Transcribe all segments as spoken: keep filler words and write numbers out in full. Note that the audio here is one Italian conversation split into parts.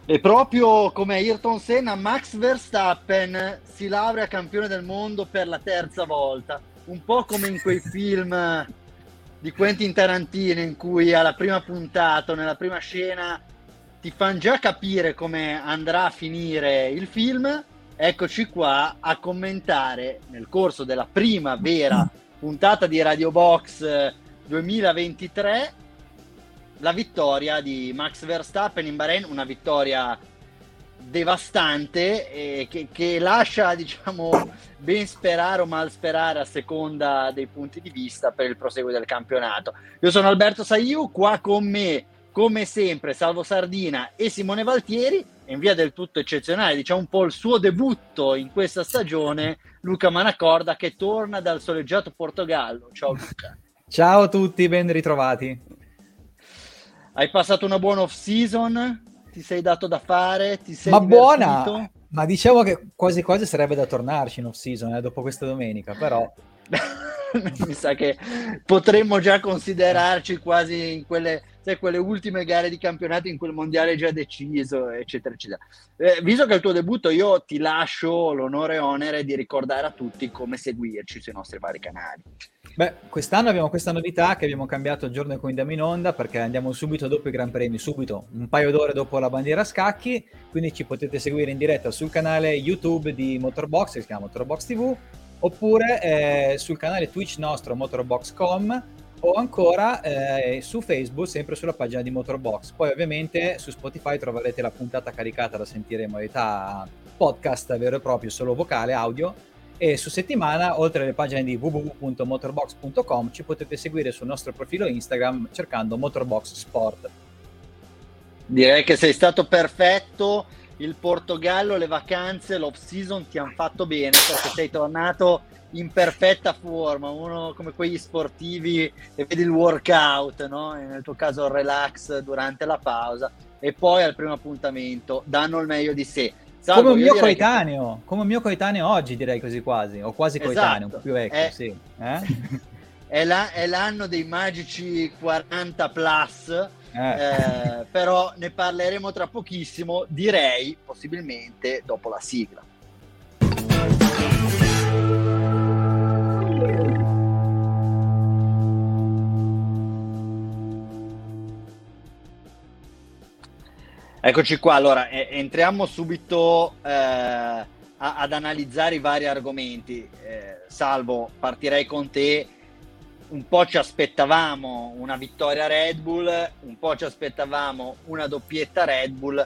E proprio come Ayrton Senna, Max Verstappen si laurea campione del mondo per la terza volta, un po' come in quei film di Quentin Tarantino in cui alla prima puntata, nella prima scena, ti fanno già capire come andrà a finire il film. Eccoci qua a commentare nel corso della prima vera puntata di Radio Box duemilaventitré la vittoria di Max Verstappen in Bahrain, una vittoria devastante eh, che, che lascia, diciamo, ben sperare o mal sperare a seconda dei punti di vista per il proseguo del campionato. Io sono Alberto Saiu, qua con me come sempre Salvo Sardina e Simone Valtieri, e in via del tutto eccezionale, diciamo un po' il suo debutto in questa stagione, Luca Manacorda, che torna dal soleggiato Portogallo. Ciao Luca. Ciao a tutti, ben ritrovati. Hai passato una buona off-season? Ti sei dato da fare? Ti sei ma divertito? Buona! Ma diciamo che quasi quasi sarebbe da tornarci in off-season eh, dopo questa domenica, però... Mi sa che potremmo già considerarci quasi in quelle, sai, quelle ultime gare di campionato in cui il mondiale è già deciso, eccetera, eccetera. Eh, visto che è il tuo debutto, io ti lascio l'onore e onere di ricordare a tutti come seguirci sui nostri vari canali. Beh, quest'anno abbiamo questa novità che abbiamo cambiato il giorno in cui andiamo in onda, perché andiamo subito dopo i Gran Premi, subito, un paio d'ore dopo la bandiera a scacchi, quindi ci potete seguire in diretta sul canale YouTube di Motorbox, che si chiama Motorbox T V, oppure eh, sul canale Twitch nostro Motorbox punto com, o ancora eh, su Facebook, sempre sulla pagina di Motorbox. Poi ovviamente su Spotify troverete la puntata caricata da sentire in modalità podcast vero e proprio, solo vocale, audio, e su settimana, oltre alle pagine di w w w punto motorbox punto com, ci potete seguire sul nostro profilo Instagram cercando Motorbox Sport. Direi che sei stato perfetto. Il Portogallo, le vacanze, l'off season ti hanno fatto bene, perché sei tornato in perfetta forma, uno come quegli sportivi e vedi il workout, no? E nel tuo caso il relax durante la pausa, e poi al primo appuntamento danno il meglio di sé. Salvo, come un mio coetaneo, che... come un mio coetaneo oggi, direi così quasi, o quasi coetaneo, esatto, un po' più vecchio, è... sì. Eh? è, la... è l'anno dei magici quaranta plus. Eh. Eh, però ne parleremo tra pochissimo, direi possibilmente dopo la sigla. Eccoci qua, allora eh, entriamo subito eh, a, ad analizzare i vari argomenti. eh, Salvo, partirei con te. Un po' ci aspettavamo una vittoria Red Bull, un po' ci aspettavamo una doppietta Red Bull.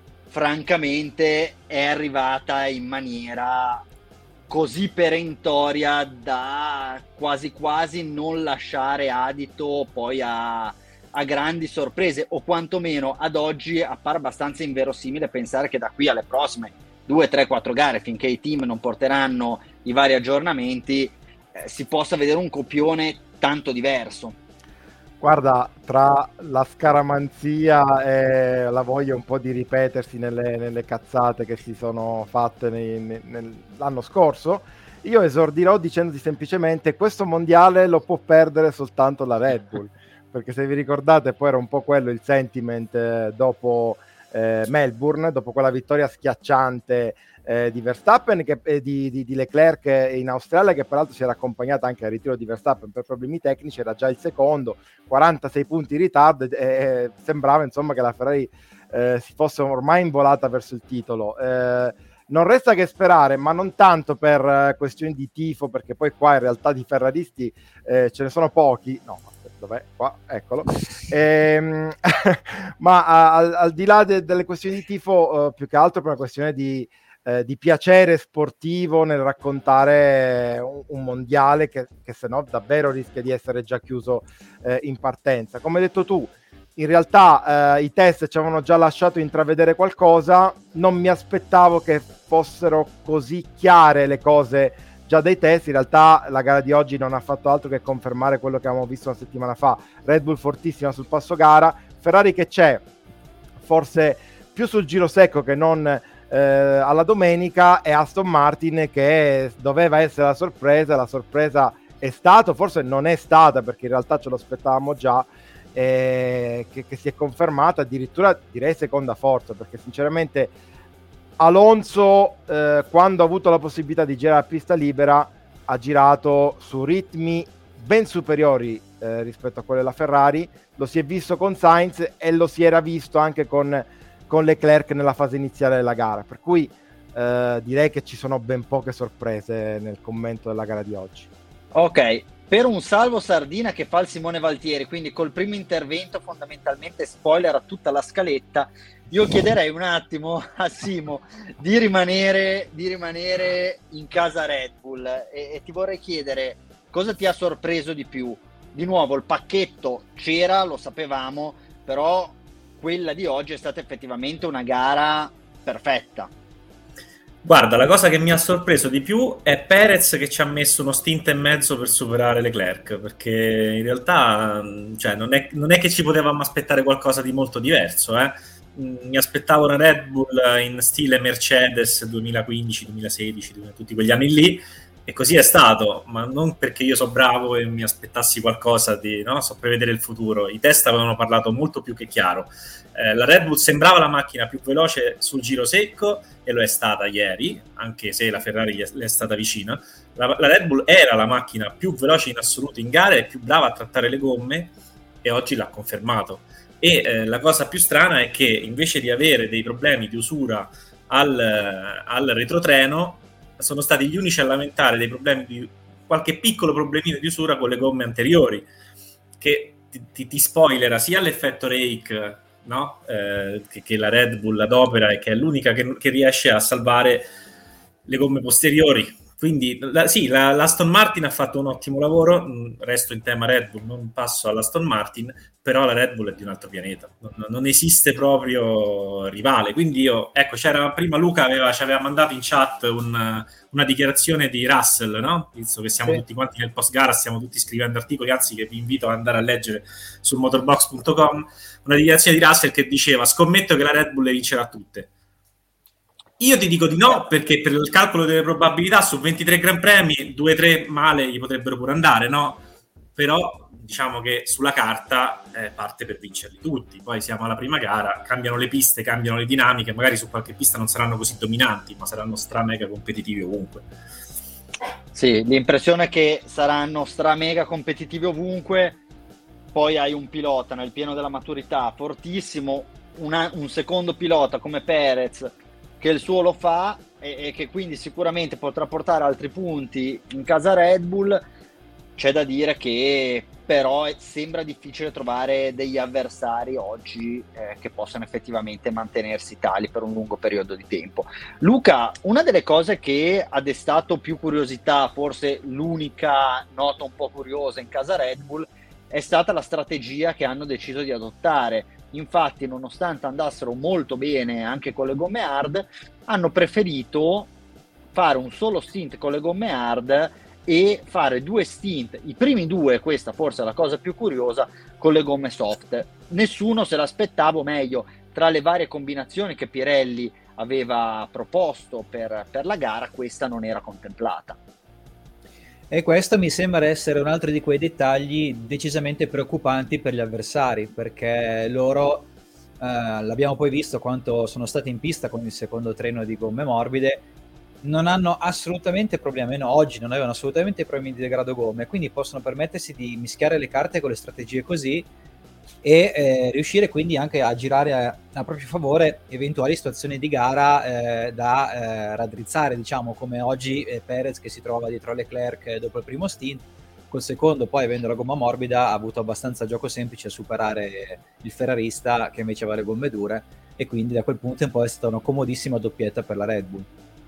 Francamente è arrivata in maniera così perentoria da quasi quasi non lasciare adito poi a, a grandi sorprese, o quantomeno ad oggi appare abbastanza inverosimile pensare che da qui alle prossime due, tre, quattro gare, finché i team non porteranno i vari aggiornamenti, eh, si possa vedere un copione tanto diverso. Guarda, tra la scaramanzia e la voglia un po' di ripetersi nelle, nelle cazzate che si sono fatte nei, nei, l'anno scorso, io esordirò dicendoti semplicemente: questo mondiale lo può perdere soltanto la Red Bull, perché se vi ricordate poi era un po' quello il sentiment eh, dopo eh, Melbourne, dopo quella vittoria schiacciante Eh, di Verstappen, che, eh, di, di, di Leclerc in Australia, che peraltro si era accompagnata anche al ritiro di Verstappen per problemi tecnici. Era già il secondo, quarantasei punti in ritardo, e eh, sembrava insomma che la Ferrari eh, si fosse ormai involata verso il titolo. Eh, non resta che sperare, ma non tanto per eh, questioni di tifo, perché poi qua in realtà di ferraristi eh, ce ne sono pochi. No, dov'è? Qua, eccolo. Ehm, ma al, al di là de, delle questioni di tifo, eh, più che altro per una questione di Eh, di piacere sportivo nel raccontare un, un mondiale che, che se no davvero rischia di essere già chiuso eh, in partenza. Come hai detto tu, in realtà eh, i test ci avevano già lasciato intravedere qualcosa. Non mi aspettavo che fossero così chiare le cose già dai test. In realtà la gara di oggi non ha fatto altro che confermare quello che avevamo visto una settimana fa: Red Bull fortissima sul passo gara, Ferrari che c'è forse più sul giro secco che non Eh, alla domenica, e Aston Martin che doveva essere la sorpresa. La sorpresa è stato, forse non è stata, perché in realtà ce lo aspettavamo già, eh, che, che si è confermata addirittura direi seconda forza, perché sinceramente Alonso eh, quando ha avuto la possibilità di girare a pista libera ha girato su ritmi ben superiori eh, rispetto a quello della Ferrari. Lo si è visto con Sainz e lo si era visto anche con, con Leclerc nella fase iniziale della gara, per cui eh, direi che ci sono ben poche sorprese nel commento della gara di oggi. Ok, per un Salvo Sardina che fa il Simone Valtieri, quindi col primo intervento fondamentalmente spoiler a tutta la scaletta, io chiederei un attimo a Simo di rimanere, di rimanere in casa Red Bull e, e ti vorrei chiedere cosa ti ha sorpreso di più. Di nuovo il pacchetto c'era, lo sapevamo, però quella di oggi è stata effettivamente una gara perfetta. Guarda, la cosa che mi ha sorpreso di più è Perez che ci ha messo uno stint e mezzo per superare Leclerc, perché in realtà cioè, non, è, non è che ci potevamo aspettare qualcosa di molto diverso, eh. Mi aspettavo una Red Bull in stile Mercedes duemilaquindici duemilasedici, tutti quegli anni lì, e così è stato, ma non perché io so bravo e mi aspettassi qualcosa di, no, so prevedere il futuro. I test avevano parlato molto più che chiaro. Eh, la Red Bull sembrava la macchina più veloce sul giro secco e lo è stata ieri, anche se la Ferrari gli è, gli è stata vicina. La, la Red Bull era la macchina più veloce in assoluto in gara e più brava a trattare le gomme, e oggi l'ha confermato. E eh, la cosa più strana è che invece di avere dei problemi di usura al, al retrotreno, sono stati gli unici a lamentare dei problemi di qualche piccolo problemino di usura con le gomme anteriori, che ti, ti, ti spoilera sia l'effetto rake, no? eh, che, che la Red Bull adopera e che è l'unica che, che riesce a salvare le gomme posteriori. Quindi la, sì, la, l'Aston Martin ha fatto un ottimo lavoro, resto in tema Red Bull, non passo all'Aston Martin, però la Red Bull è di un altro pianeta, non, non esiste proprio rivale. Quindi io, ecco, c'era prima Luca aveva, ci aveva mandato in chat un, una dichiarazione di Russell, no? Visto che siamo sì. tutti quanti nel post gara, stiamo tutti scrivendo articoli, anzi che vi invito ad andare a leggere su motorbox punto com, una dichiarazione di Russell che diceva: scommetto che la Red Bull le vincerà tutte. Io ti dico di no, perché per il calcolo delle probabilità su ventitré Gran Premi, due tre male gli potrebbero pure andare, no? Però diciamo che sulla carta eh, parte per vincerli tutti. Poi siamo alla prima gara, cambiano le piste, cambiano le dinamiche, magari su qualche pista non saranno così dominanti, ma saranno stra mega competitivi ovunque. Sì, l'impressione è che saranno stra mega competitivi ovunque. Poi hai un pilota nel pieno della maturità fortissimo, una, un secondo pilota come Perez che il suo lo fa e, e che quindi sicuramente potrà portare altri punti in casa Red Bull. C'è da dire che però è, sembra difficile trovare degli avversari oggi eh, che possano effettivamente mantenersi tali per un lungo periodo di tempo. Luca, una delle cose che ha destato più curiosità, forse l'unica nota un po' curiosa in casa Red Bull, è stata la strategia che hanno deciso di adottare. Infatti, nonostante andassero molto bene anche con le gomme hard, hanno preferito fare un solo stint con le gomme hard e fare due stint, i primi due, questa forse è la cosa più curiosa, con le gomme soft. Nessuno se l'aspettava, o meglio, tra le varie combinazioni che Pirelli aveva proposto per, per la gara, questa non era contemplata. E questo mi sembra essere un altro di quei dettagli decisamente preoccupanti per gli avversari, perché loro, eh, l'abbiamo poi visto quanto sono stati in pista con il secondo treno di gomme morbide, non hanno assolutamente problemi, no, oggi non avevano assolutamente problemi di degrado gomme, quindi possono permettersi di mischiare le carte con le strategie così e eh, riuscire quindi anche a girare a, a proprio favore eventuali situazioni di gara eh, da eh, raddrizzare, diciamo, come oggi eh, Perez che si trova dietro a Leclerc dopo il primo stint, col secondo poi avendo la gomma morbida ha avuto abbastanza gioco semplice a superare il ferrarista che invece aveva le gomme dure, e quindi da quel punto in poi è stata una comodissima doppietta per la Red Bull.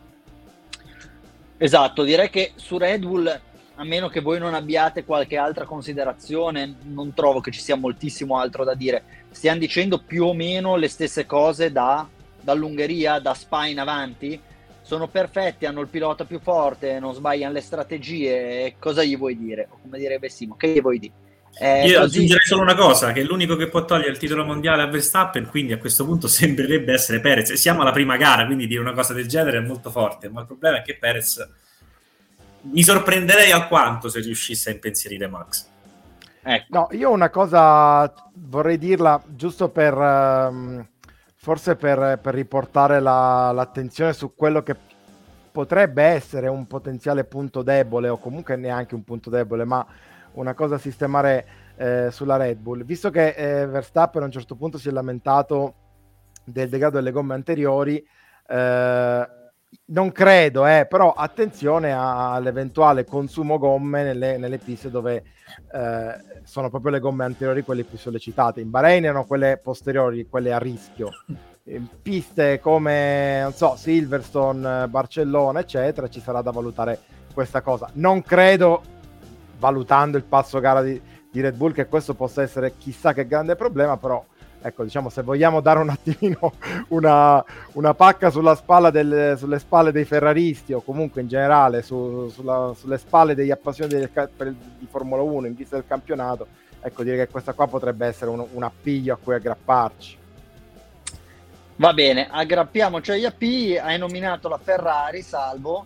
Esatto, direi che su Red Bull, a meno che voi non abbiate qualche altra considerazione, non trovo che ci sia moltissimo altro da dire. Stiamo dicendo più o meno le stesse cose da, dall'Ungheria, da Spa in avanti. Sono perfetti, hanno il pilota più forte, non sbagliano le strategie. Cosa gli vuoi dire? O come direbbe Simo, che gli vuoi dire? Eh, Io così... aggiungerei solo una cosa, che è l'unico che può togliere il titolo mondiale a Verstappen, quindi a questo punto sembrerebbe essere Perez. Siamo alla prima gara, quindi dire una cosa del genere è molto forte, ma il problema è che Perez, mi sorprenderei alquanto se riuscisse a impensierire Max. Ecco. No, io una cosa vorrei dirla giusto per um, forse per, per riportare la, l'attenzione su quello che potrebbe essere un potenziale punto debole, o comunque neanche un punto debole, ma una cosa da sistemare eh, sulla Red Bull. Visto che eh, Verstappen a un certo punto si è lamentato del degrado delle gomme anteriori, eh, non credo, eh, però attenzione all'eventuale consumo gomme nelle, nelle piste dove eh, sono proprio le gomme anteriori quelle più sollecitate. In Bahrain erano quelle posteriori, quelle a rischio. In piste come, non so, Silverstone, Barcellona, eccetera, ci sarà da valutare questa cosa. Non credo, valutando il passo gara di, di Red Bull, che questo possa essere chissà che grande problema, però ecco, diciamo, se vogliamo dare un attimino una, una pacca sulla spalla del, sulle spalle dei ferraristi, o comunque in generale su, sulla, sulle spalle degli appassionati del, per, di Formula uno in vista del campionato, ecco, direi che questa qua potrebbe essere un, un appiglio a cui aggrapparci. Va bene, aggrappiamoci agli appi. Hai nominato la Ferrari, Salvo,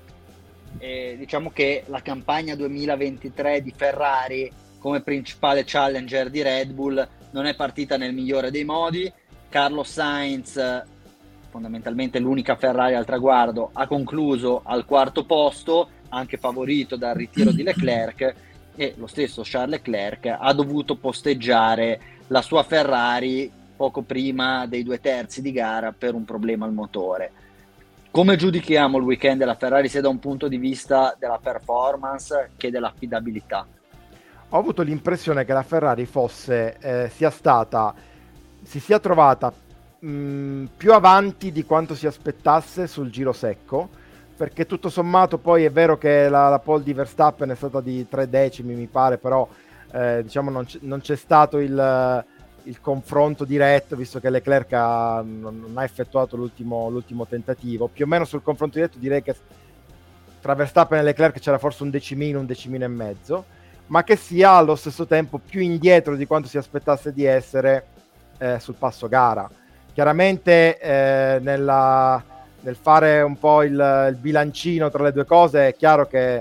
e diciamo che la campagna duemilaventitré di Ferrari come principale challenger di Red Bull non è partita nel migliore dei modi. Carlos Sainz, fondamentalmente l'unica Ferrari al traguardo, ha concluso al quarto posto, anche favorito dal ritiro di Leclerc, e lo stesso Charles Leclerc ha dovuto posteggiare la sua Ferrari poco prima dei due terzi di gara per un problema al motore. Come giudichiamo il weekend della Ferrari sia da un punto di vista della performance che dell'affidabilità? Ho avuto l'impressione che la Ferrari fosse eh, sia stata si sia trovata mh, più avanti di quanto si aspettasse sul giro secco, perché tutto sommato poi è vero che la, la pole di Verstappen è stata di tre decimi mi pare, però eh, diciamo non, c- non c'è stato il, il confronto diretto, visto che Leclerc ha, non, non ha effettuato l'ultimo, l'ultimo tentativo. Più o meno sul confronto diretto direi che tra Verstappen e Leclerc c'era forse un decimino, un decimino e mezzo, ma che sia allo stesso tempo più indietro di quanto si aspettasse di essere eh, sul passo gara. Chiaramente eh, nella, nel fare un po' il, il bilancino tra le due cose è chiaro che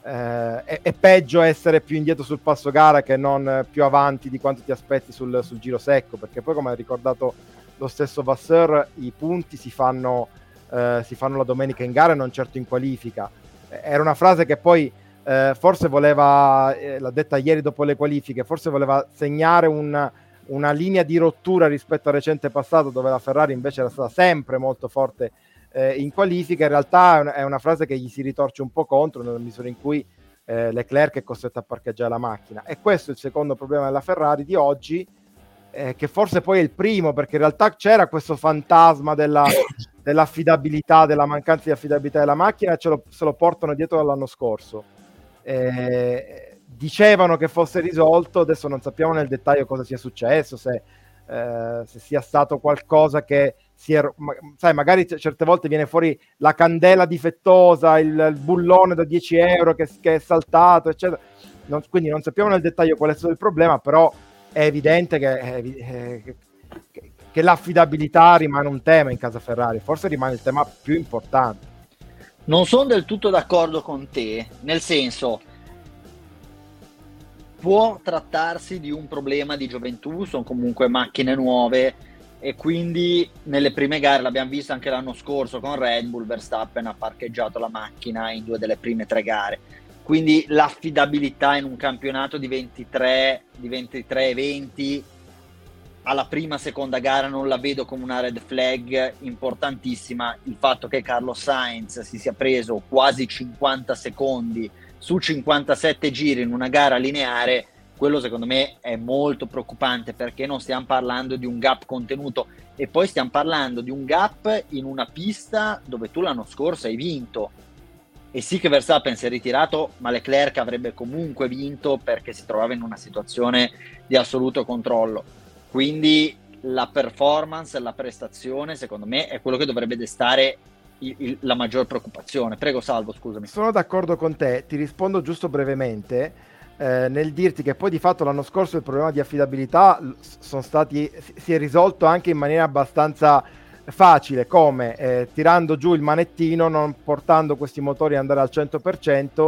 eh, è, è peggio essere più indietro sul passo gara che non più avanti di quanto ti aspetti sul, sul giro secco, perché poi, come ha ricordato lo stesso Vasseur, i punti si fanno, eh, si fanno la domenica in gara e non certo in qualifica. Era una frase che poi Eh, forse voleva, eh, l'ha detta ieri dopo le qualifiche, forse voleva segnare un, una linea di rottura rispetto al recente passato, dove la Ferrari invece era stata sempre molto forte eh, in qualifica. In realtà è, un, è una frase che gli si ritorce un po' contro, nella misura in cui eh, Leclerc è costretto a parcheggiare la macchina. E questo è il secondo problema della Ferrari di oggi, eh, che forse poi è il primo, perché in realtà c'era questo fantasma della, dell'affidabilità, della mancanza di affidabilità della macchina, e ce lo, se lo portano dietro dall'anno scorso. Eh, dicevano che fosse risolto, adesso non sappiamo nel dettaglio cosa sia successo, se, eh, se sia stato qualcosa che si è, ma, sai, magari c- certe volte viene fuori la candela difettosa, il, il bullone da dieci euro che, che è saltato, eccetera. Non, quindi non sappiamo nel dettaglio qual è stato il problema, però è evidente che, eh, che, che l'affidabilità rimane un tema in casa Ferrari, forse rimane il tema più importante. Non sono del tutto d'accordo con te, nel senso, può trattarsi di un problema di gioventù, sono comunque macchine nuove e quindi nelle prime gare, l'abbiamo visto anche l'anno scorso con Red Bull, Verstappen ha parcheggiato la macchina in due delle prime tre gare, quindi l'affidabilità in un campionato di ventitré, di ventitré eventi alla prima seconda gara non la vedo come una red flag importantissima. Il fatto che Carlos Sainz si sia preso quasi cinquanta secondi su cinquantasette giri in una gara lineare, quello secondo me è molto preoccupante, perché non stiamo parlando di un gap contenuto, e poi stiamo parlando di un gap in una pista dove tu l'anno scorso hai vinto. E sì che Verstappen si è ritirato, ma Leclerc avrebbe comunque vinto perché si trovava in una situazione di assoluto controllo. Quindi la performance, la prestazione, secondo me, è quello che dovrebbe destare il, il, la maggior preoccupazione. Prego, Salvo, scusami. Sono d'accordo con te, ti rispondo giusto brevemente eh, nel dirti che poi di fatto l'anno scorso il problema di affidabilità sono stati, si è risolto anche in maniera abbastanza facile, come eh, tirando giù il manettino, non portando questi motori ad andare al cento per cento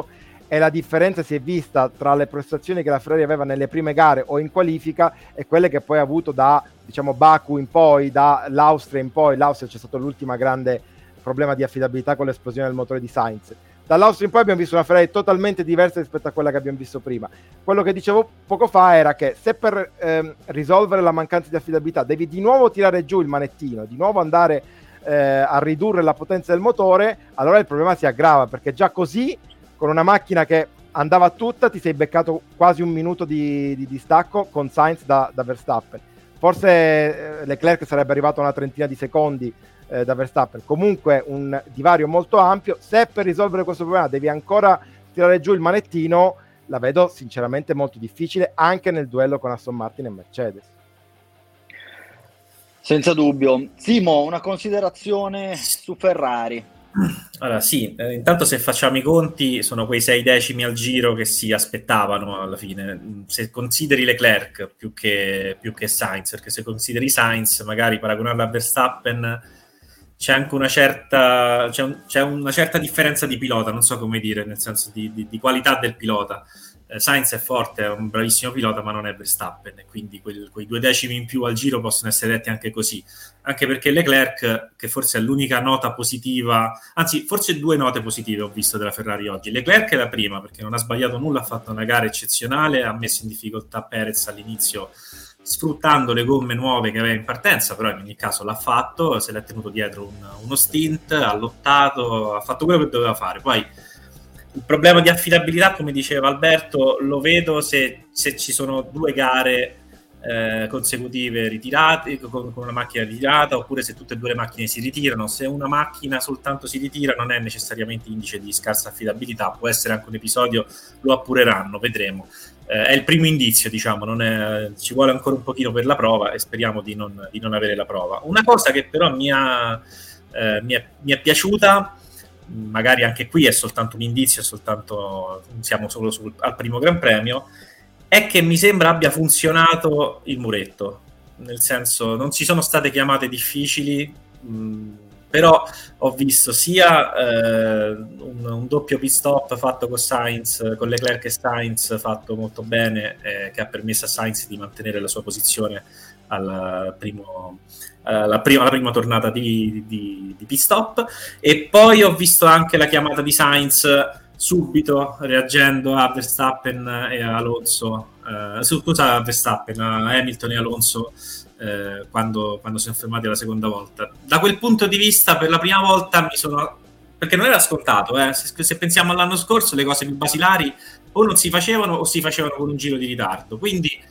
e la differenza si è vista tra le prestazioni che la Ferrari aveva nelle prime gare o in qualifica e quelle che poi ha avuto da, diciamo, Baku in poi, dall'Austria in poi. L'Austria c'è stato l'ultimo grande problema di affidabilità con l'esplosione del motore di Sainz. Dall'Austria in poi abbiamo visto una Ferrari totalmente diversa rispetto a quella che abbiamo visto prima. Quello che dicevo poco fa era che se per ehm, risolvere la mancanza di affidabilità devi di nuovo tirare giù il manettino, di nuovo andare eh, a ridurre la potenza del motore, allora il problema si aggrava, perché già così con una macchina che andava tutta ti sei beccato quasi un minuto di, di distacco con Sainz da, da Verstappen. Forse eh, Leclerc sarebbe arrivato a una trentina di secondi eh, da Verstappen. Comunque un divario molto ampio. Se per risolvere questo problema devi ancora tirare giù il manettino, la vedo sinceramente molto difficile anche nel duello con Aston Martin e Mercedes. Senza dubbio. Simo, una considerazione su Ferrari. Allora sì, eh, intanto se facciamo i conti sono quei sei decimi al giro che si aspettavano alla fine, se consideri Leclerc più che, più che Sainz, perché se consideri Sainz magari paragonarlo a Verstappen c'è anche una certa, c'è un, c'è una certa differenza di pilota, non so come dire, nel senso di, di, di qualità del pilota. eh, Sainz è forte, è un bravissimo pilota, ma non è Verstappen, e quindi quel, quei due decimi in più al giro possono essere detti anche così, anche perché Leclerc, che forse è l'unica nota positiva, anzi forse due note positive ho visto della Ferrari oggi. Leclerc è la prima, perché non ha sbagliato nulla, ha fatto una gara eccezionale, ha messo in difficoltà Perez all'inizio sfruttando le gomme nuove che aveva in partenza, però in ogni caso l'ha fatto, se l'è tenuto dietro un, uno stint, ha lottato, ha fatto quello che doveva fare. Poi il problema di affidabilità, come diceva Alberto, lo vedo se, se ci sono due gare eh, consecutive ritirate con, con una macchina ritirata, oppure se tutte e due le macchine si ritirano. Se una macchina soltanto si ritira non è necessariamente indice di scarsa affidabilità, può essere anche un episodio, lo appureranno, vedremo. Eh, è il primo indizio, diciamo, non è, ci vuole ancora un pochino per la prova e speriamo di non, di non avere la prova. Una cosa che però mi, ha, eh, mi, è, mi è piaciuta, magari anche qui è soltanto un indizio, è soltanto, siamo solo sul, al primo Gran Premio, è che mi sembra abbia funzionato il muretto, nel senso non ci sono state chiamate difficili, mh, però ho visto sia eh, un, un doppio pit stop fatto con Sainz, con Leclerc e Sainz fatto molto bene, eh, che ha permesso a Sainz di mantenere la sua posizione al primo, alla, prima, alla prima tornata di, di, di pit stop, e poi ho visto anche la chiamata di Sainz subito reagendo a Verstappen e a Alonso, eh, scusa a Verstappen, a Hamilton e Alonso, eh, quando, quando si sono fermati la seconda volta. Da quel punto di vista per la prima volta mi sono, perché non era scontato, eh, se, se pensiamo all'anno scorso le cose più basilari o non si facevano o si facevano con un giro di ritardo, quindi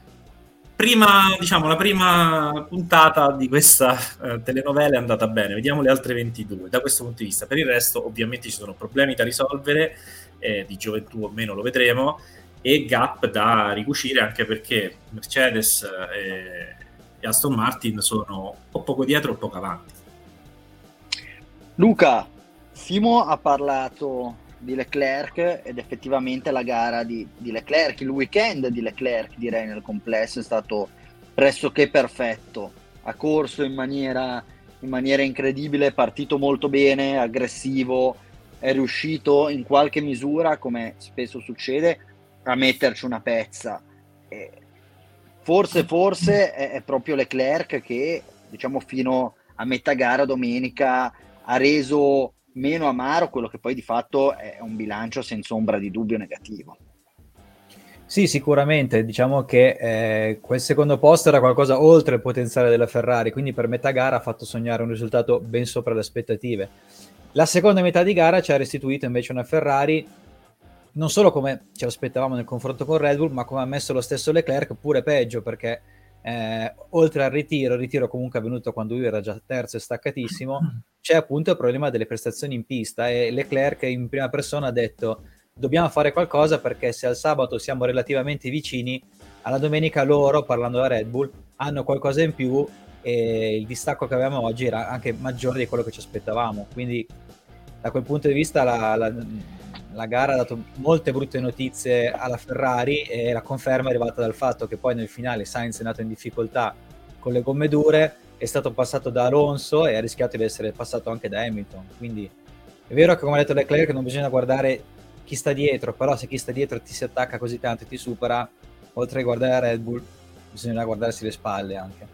prima, diciamo, la prima puntata di questa eh, telenovela è andata bene, vediamo le altre ventidue da questo punto di vista. Per il resto ovviamente ci sono problemi da risolvere, eh, di gioventù o meno lo vedremo, e gap da ricucire, anche perché Mercedes e, e Aston Martin sono o poco dietro o poco avanti. Luca, Simo ha parlato di Leclerc ed effettivamente la gara di, di Leclerc, il weekend di Leclerc direi nel complesso è stato pressoché perfetto, ha corso in maniera, in maniera incredibile, è partito molto bene, aggressivo, è riuscito in qualche misura, come spesso succede, a metterci una pezza. E forse forse è, è proprio Leclerc che, diciamo, fino a metà gara domenica ha reso meno amaro quello che poi di fatto è un bilancio senza ombra di dubbio negativo. Sì, sicuramente, diciamo che eh, quel secondo posto era qualcosa oltre il potenziale della Ferrari, quindi per metà gara ha fatto sognare un risultato ben sopra le aspettative. La seconda metà di gara ci ha restituito invece una Ferrari non solo come ce l'aspettavamo nel confronto con Red Bull, ma come ha messo lo stesso Leclerc, pure peggio, perché Eh, oltre al ritiro, il ritiro comunque è avvenuto quando lui era già terzo e staccatissimo, c'è appunto il problema delle prestazioni in pista, e Leclerc in prima persona ha detto dobbiamo fare qualcosa, perché se al sabato siamo relativamente vicini, alla domenica loro, parlando da Red Bull, hanno qualcosa in più e il distacco che avevamo oggi era anche maggiore di quello che ci aspettavamo, quindi da quel punto di vista la, la, la gara ha dato molte brutte notizie alla Ferrari, e la conferma è arrivata dal fatto che poi nel finale Sainz è andato in difficoltà con le gomme dure, è stato passato da Alonso e ha rischiato di essere passato anche da Hamilton. Quindi è vero che, come ha detto Leclerc, non bisogna guardare chi sta dietro, però se chi sta dietro ti si attacca così tanto e ti supera, oltre a guardare Red Bull bisogna guardarsi le spalle anche.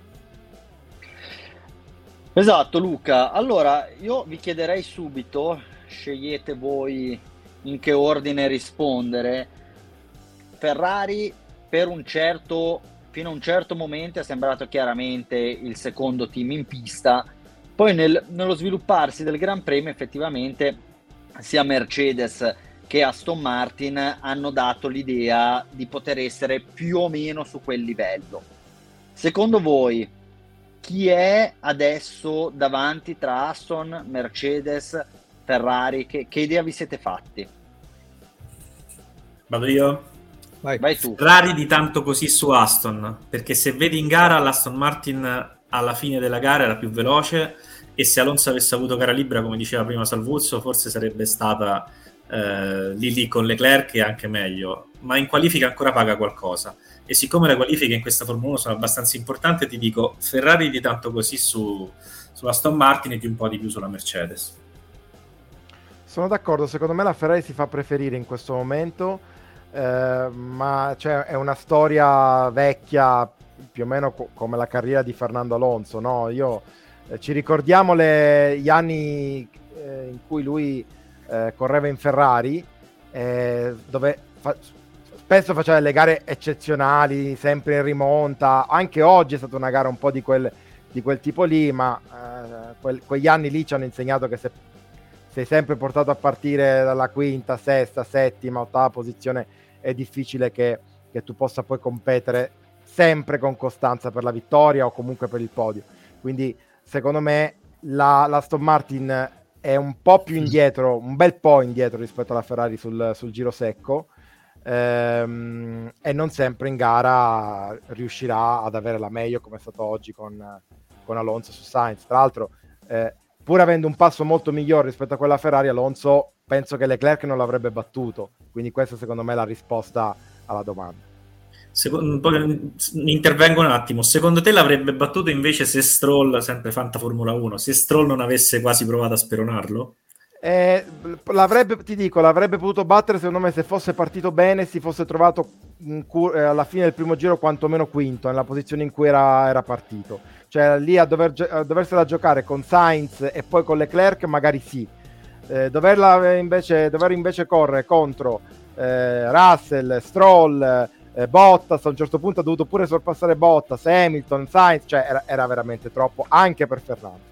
Esatto, Luca. Allora io vi chiederei subito, scegliete voi in che ordine rispondere. Ferrari per un certo fino a un certo momento è sembrato chiaramente il secondo team in pista, poi nel, nello svilupparsi del Gran Premio effettivamente sia Mercedes che Aston Martin hanno dato l'idea di poter essere più o meno su quel livello. Secondo voi chi è adesso davanti tra Aston, Mercedes, Ferrari? Che, che idea vi siete fatti? Vado io? Vai. Vai tu. Ferrari di tanto così su Aston, perché se vedi in gara l'Aston Martin alla fine della gara era più veloce, e se Alonso avesse avuto gara libera, come diceva prima Salvuzzo, forse sarebbe stata eh, lì lì con Leclerc e anche meglio, ma in qualifica ancora paga qualcosa, e siccome le qualifiche in questa Formula uno sono abbastanza importanti, ti dico Ferrari di tanto così su, su Aston Martin e di un po' di più sulla Mercedes. Sono d'accordo, secondo me la Ferrari si fa preferire in questo momento, eh, ma cioè, è una storia vecchia più o meno co- come la carriera di Fernando Alonso, no? Io eh, ci ricordiamo le, gli anni eh, in cui lui eh, correva in Ferrari, eh, dove fa- spesso faceva delle gare eccezionali, sempre in rimonta. Anche oggi è stata una gara un po' di quel, di quel tipo lì, ma eh, quel, quegli anni lì ci hanno insegnato che se sei sempre portato a partire dalla quinta, sesta, settima, ottava posizione, è difficile che, che tu possa poi competere sempre con costanza per la vittoria o comunque per il podio. Quindi secondo me la, la Aston Martin è un po' più indietro, un bel po' indietro rispetto alla Ferrari sul, sul giro secco, ehm, e non sempre in gara riuscirà ad avere la meglio, come è stato oggi con, con Alonso su Sainz. Tra l'altro eh, pur avendo un passo molto migliore rispetto a quella Ferrari, Alonso penso che Leclerc non l'avrebbe battuto, quindi questa secondo me è la risposta alla domanda. Secondo, intervengo un attimo, secondo te l'avrebbe battuto invece se Stroll, sempre Fanta Formula uno, se Stroll non avesse quasi provato a speronarlo? Eh, l'avrebbe, ti dico, l'avrebbe potuto battere secondo me se fosse partito bene, si fosse trovato in cu- eh, alla fine del primo giro quantomeno quinto, nella posizione in cui era, era partito. Cioè lì a, dover, a doversela giocare con Sainz e poi con Leclerc magari sì. Eh, doverla invece, dover invece correre contro eh, Russell, Stroll, eh, Bottas, a un certo punto ha dovuto pure sorpassare Bottas, Hamilton, Sainz, cioè era, era veramente troppo anche per Fernando.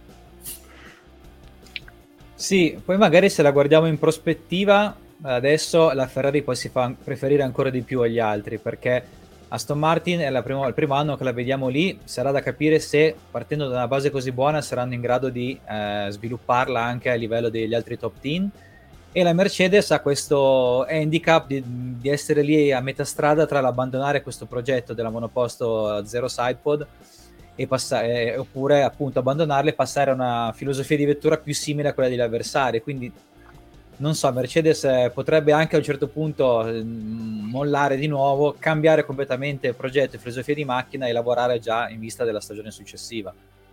Sì, poi magari se la guardiamo in prospettiva, adesso la Ferrari poi si fa preferire ancora di più agli altri, perché Aston Martin è la primo, il primo anno che la vediamo lì, sarà da capire se partendo da una base così buona saranno in grado di eh, svilupparla anche a livello degli altri top team, e la Mercedes ha questo handicap di, di essere lì a metà strada tra l'abbandonare questo progetto della monoposto zero sidepod e passare, oppure appunto abbandonarle e passare a una filosofia di vettura più simile a quella degli avversari. Quindi non so, Mercedes potrebbe anche a un certo punto mh, mollare di nuovo, cambiare completamente progetto e filosofia di macchina e lavorare già in vista della stagione successiva.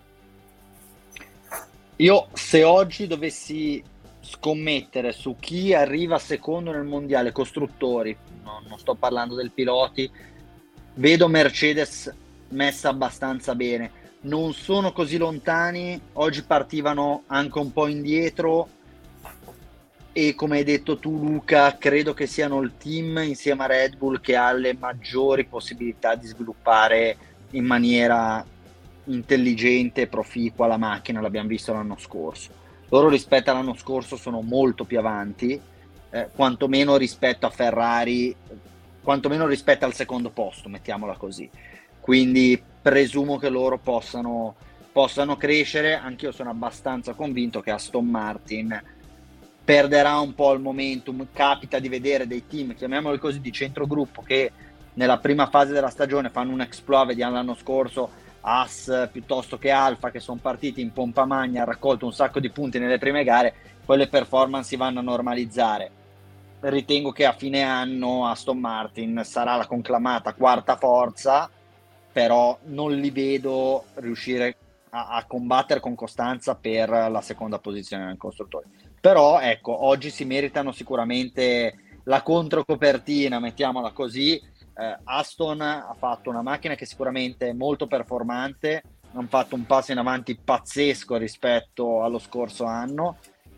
Io se oggi dovessi scommettere su chi arriva secondo nel mondiale costruttori, no, non sto parlando del piloti, vedo Mercedes messa abbastanza bene, non sono così lontani, oggi partivano anche un po' indietro e come hai detto tu Luca, credo che siano il team insieme a Red Bull che ha le maggiori possibilità di sviluppare in maniera intelligente e proficua la macchina, l'abbiamo visto l'anno scorso. Loro rispetto all'anno scorso sono molto più avanti, eh, quantomeno rispetto a Ferrari, quantomeno rispetto al secondo posto, mettiamola così. Quindi presumo che loro possano, possano crescere. Anch'io sono abbastanza convinto che Aston Martin perderà un po' il momentum. Capita di vedere dei team, chiamiamoli così, di centrogruppo che nella prima fase della stagione fanno un exploit. Vediamo l'anno scorso Haas piuttosto che Alfa, che sono partiti in pompa magna, hanno raccolto un sacco di punti nelle prime gare, poi le performance si vanno a normalizzare. Ritengo che a fine anno Aston Martin sarà la conclamata quarta forza, però non li vedo riuscire a, a combattere con costanza per la seconda posizione nel costruttore. però ecco, oggi si meritano sicuramente la controcopertina, mettiamola così. eh, Aston ha fatto una macchina che sicuramente è molto performante, hanno fatto un passo in avanti pazzesco rispetto allo scorso anno.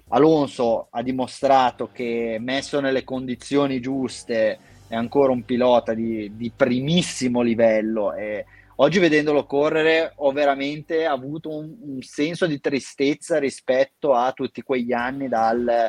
Alonso ha dimostrato che, messo nelle condizioni giuste, è ancora un pilota di, di primissimo livello, e oggi vedendolo correre ho veramente avuto un, un senso di tristezza rispetto a tutti quegli anni dal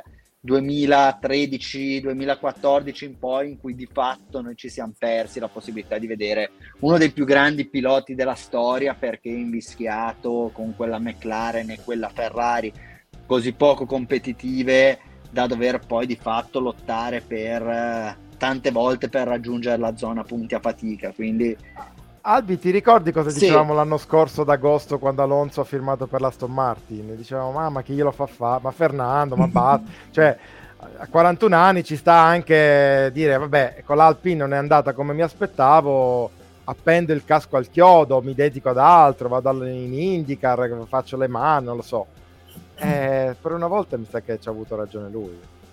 duemilatredici duemilaquattordici in poi, in cui di fatto noi ci siamo persi la possibilità di vedere uno dei più grandi piloti della storia, perché invischiato con quella McLaren e quella Ferrari così poco competitive da dover poi di fatto lottare per eh, tante volte per raggiungere la zona punti a fatica. Quindi Albi, ti ricordi cosa sì. dicevamo l'anno scorso d'agosto quando Alonso ha firmato per l'Aston Martin? Dicevamo, ma, ma chi glielo fa fare? Ma Fernando, ma basta. Cioè, a quarantuno anni ci sta anche dire, vabbè, con l'Alpine non è andata come mi aspettavo, appendo il casco al chiodo, mi dedico ad altro, vado in IndyCar, faccio le mani, non lo so. Eh, per una volta mi sa che ci ha avuto ragione lui.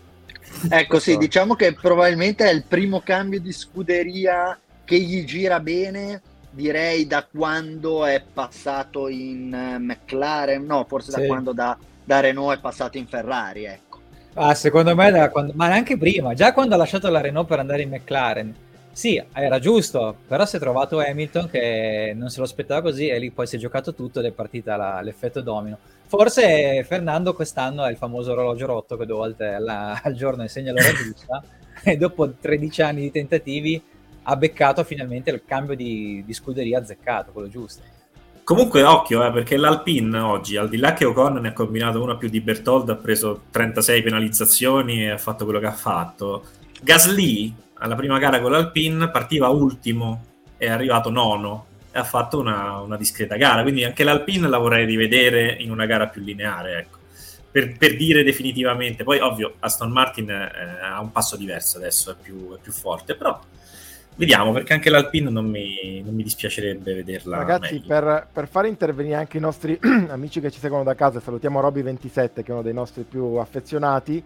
Ecco, sì, diciamo che probabilmente è il primo cambio di scuderia che gli gira bene, direi da quando è passato in McLaren, no, forse Sì. da quando da, da Renault è passato in Ferrari, ecco. Ah, secondo me, da quando, ma anche prima, già quando ha lasciato la Renault per andare in McLaren. Sì, era giusto, però si è trovato Hamilton che non se lo aspettava così, e lì poi si è giocato tutto ed è partita la, l'effetto domino. Forse Fernando quest'anno è il famoso orologio rotto che due volte alla, al giorno insegna l'ora giusta, e dopo tredici anni di tentativi ha beccato finalmente il cambio di, di scuderia azzeccato, quello giusto. Comunque occhio, eh, perché l'Alpine oggi, al di là che Ocon ne ha combinato una più di Bertoldo, ha preso trentasei penalizzazioni e ha fatto quello che ha fatto. Gasly alla prima gara con l'Alpine partiva ultimo, è arrivato nono e ha fatto una, una discreta gara, quindi anche l'Alpine la vorrei rivedere in una gara più lineare, ecco, per, per dire definitivamente. Poi ovvio Aston Martin eh, ha un passo diverso adesso, è più, è più forte, però vediamo, perché anche l'Alpine non mi, non mi dispiacerebbe vederla. Ragazzi, per, per far intervenire anche i nostri amici che ci seguono da casa, salutiamo Roby ventisette che è uno dei nostri più affezionati.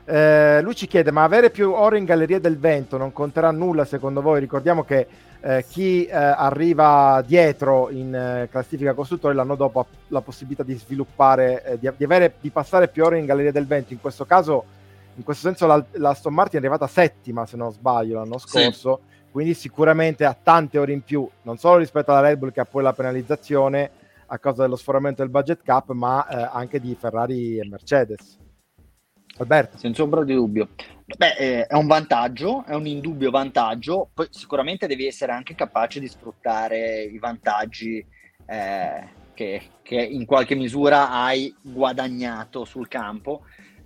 Eh, lui ci chiede, ma avere più ore in Galleria del Vento non conterà nulla secondo voi? Ricordiamo che eh, chi eh, arriva dietro in eh, classifica costruttori l'anno dopo ha la possibilità di sviluppare, eh, di, di, avere, di passare più ore in Galleria del Vento. In questo caso, in questo senso la, la Aston Martin è arrivata settima, se non sbaglio, l'anno scorso, sì. Quindi sicuramente ha tante ore in più, non solo rispetto alla Red Bull che ha poi la penalizzazione a causa dello sforamento del budget cap, ma eh, anche di Ferrari e Mercedes. Alberto. Senza ombra di dubbio. Beh, eh, è un vantaggio, è un indubbio vantaggio, poi sicuramente devi essere anche capace di sfruttare i vantaggi eh, che, che in qualche misura hai guadagnato sul campo.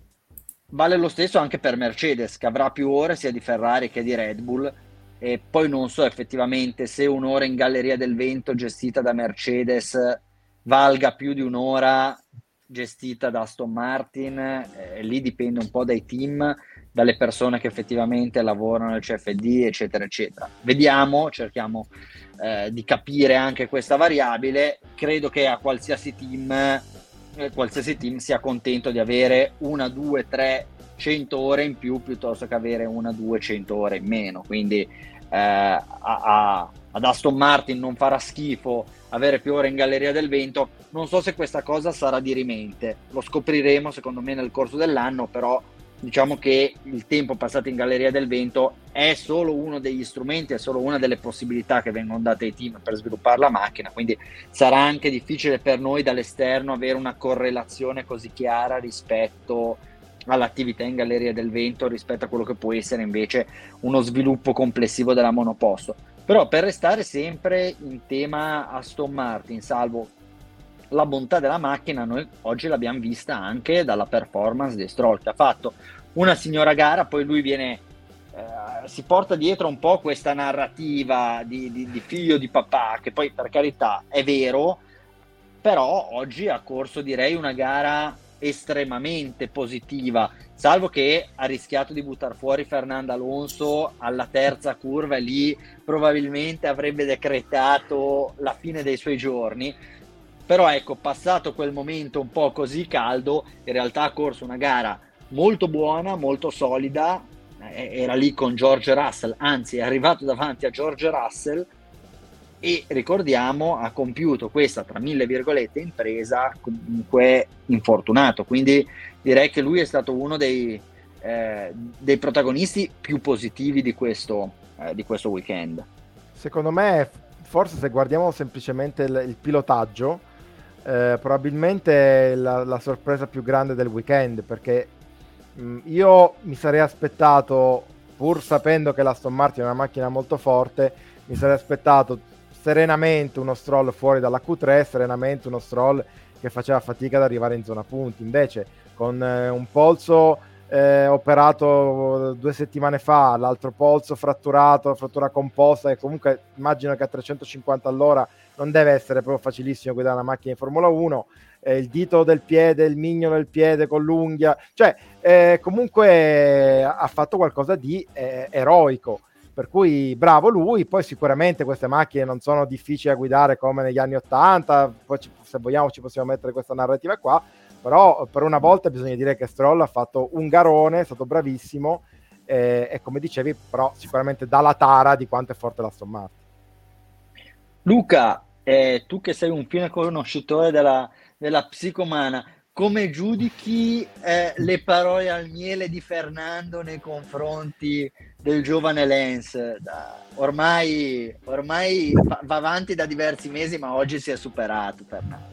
Vale lo stesso anche per Mercedes, che avrà più ore sia di Ferrari che di Red Bull, e poi non so effettivamente se un'ora in Galleria del Vento gestita da Mercedes valga più di un'ora gestita da Aston Martin, eh, lì dipende un po' dai team, dalle persone che effettivamente lavorano nel C F D, eccetera eccetera. Vediamo, cerchiamo eh, di capire anche questa variabile. Credo che a qualsiasi team eh, qualsiasi team sia contento di avere una, due, tre, cento ore in più piuttosto che avere una, due, cento ore in meno, quindi eh, a, a, ad Aston Martin non farà schifo avere più ore in Galleria del Vento. Non so se questa cosa sarà dirimente, lo scopriremo secondo me nel corso dell'anno, però diciamo che il tempo passato in Galleria del Vento è solo uno degli strumenti, è solo una delle possibilità che vengono date ai team per sviluppare la macchina, quindi sarà anche difficile per noi dall'esterno avere una correlazione così chiara rispetto all'attività in Galleria del Vento rispetto a quello che può essere invece uno sviluppo complessivo della monoposto. Però per restare sempre in tema Aston Martin, salvo la bontà della macchina, noi oggi l'abbiamo vista anche dalla performance di Stroll, che ha fatto una signora gara, poi lui viene eh, si porta dietro un po' questa narrativa di, di, di figlio di papà, che poi per carità è vero, però oggi ha corso direi una gara estremamente positiva, salvo che ha rischiato di buttare fuori Fernando Alonso alla terza curva, e lì probabilmente avrebbe decretato la fine dei suoi giorni. Però ecco, passato quel momento un po' così caldo, in realtà ha corso una gara molto buona, molto solida, era lì con George Russell, anzi è arrivato davanti a George Russell, e ricordiamo ha compiuto questa, tra mille virgolette, impresa comunque infortunato, quindi direi che lui è stato uno dei, eh, dei protagonisti più positivi di questo, eh, di questo weekend. Secondo me, forse se guardiamo semplicemente il, il pilotaggio, eh, probabilmente la, la sorpresa più grande del weekend, perché mh, io mi sarei aspettato, pur sapendo che l'Aston Martin è una macchina molto forte, mi sarei aspettato serenamente uno Stroll fuori dalla Q tre, serenamente uno Stroll che faceva fatica ad arrivare in zona punti. Invece con eh, un polso eh, operato due settimane fa, l'altro polso fratturato, frattura composta, e comunque immagino che a trecentocinquanta all'ora non deve essere proprio facilissimo guidare una macchina in Formula uno, eh, il dito del piede, il mignolo del piede con l'unghia, cioè eh, comunque ha fatto qualcosa di eh, eroico. Per cui bravo lui. Poi sicuramente queste macchine non sono difficili da guidare come negli anni ottanta, poi ci, se vogliamo ci possiamo mettere questa narrativa qua, però per una volta bisogna dire che Stroll ha fatto un garone, è stato bravissimo, eh, e come dicevi però sicuramente dà la tara di quanto è forte l'Aston Martin. Luca, eh, tu che sei un fine conoscitore della, della psicomana, come giudichi eh, le parole al miele di Fernando nei confronti del giovane Lance? Da, ormai ormai va, va avanti da diversi mesi, ma oggi si è superato Fernando.